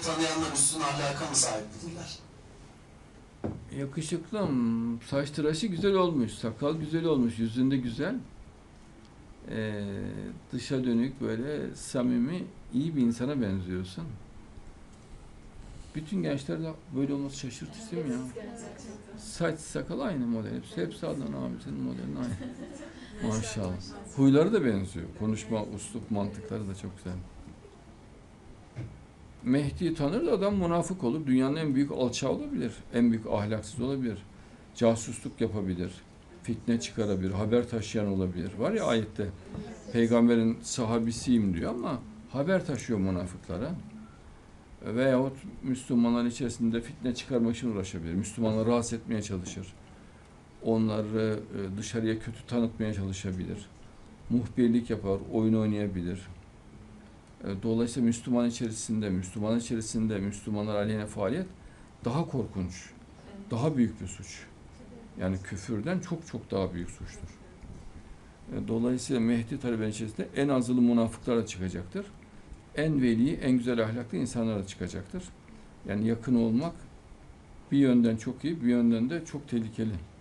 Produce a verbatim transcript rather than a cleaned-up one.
tanıyanlar üstün ahlaka mı sahiptirler? Yakışıklı, saç tıraşı güzel olmuş, sakal güzel olmuş, yüzünde güzel. Ee, dışa dönük böyle samimi, iyi bir insana benziyorsun. Bütün gençler de böyle olması şaşırtıcı değil mi ya? Saç, sakal aynı model. Hepsi, hepsi Adnan abi senin modelin aynı. Maşallah. Huyları da benziyor. Konuşma, uslup, mantıkları da çok güzel. Mehdi'yi tanır da adam münafık olur. Dünyanın en büyük alçağı olabilir. En büyük ahlaksız olabilir. Casusluk yapabilir. Fitne çıkarabilir. Haber taşıyan olabilir. Var ya ayette. Peygamberin sahabisiyim diyor ama haber taşıyor münafıklara. Veyahut Müslümanların içerisinde fitne çıkarmak için uğraşabilir. Müslümanları rahatsız etmeye çalışır. Onları dışarıya kötü tanıtmaya çalışabilir. Muhbirlik yapar, oyun oynayabilir. Dolayısıyla Müslüman içerisinde, Müslüman içerisinde Müslümanlar aleyhine faaliyet daha korkunç, daha büyük bir suç. Yani küfürden çok çok daha büyük suçtur. Dolayısıyla Mehdi talebenin içerisinde en azılı münafıklar da çıkacaktır. En veli, en güzel ahlaklı insanlar da çıkacaktır. Yani yakın olmak bir yönden çok iyi, bir yönden de çok tehlikeli.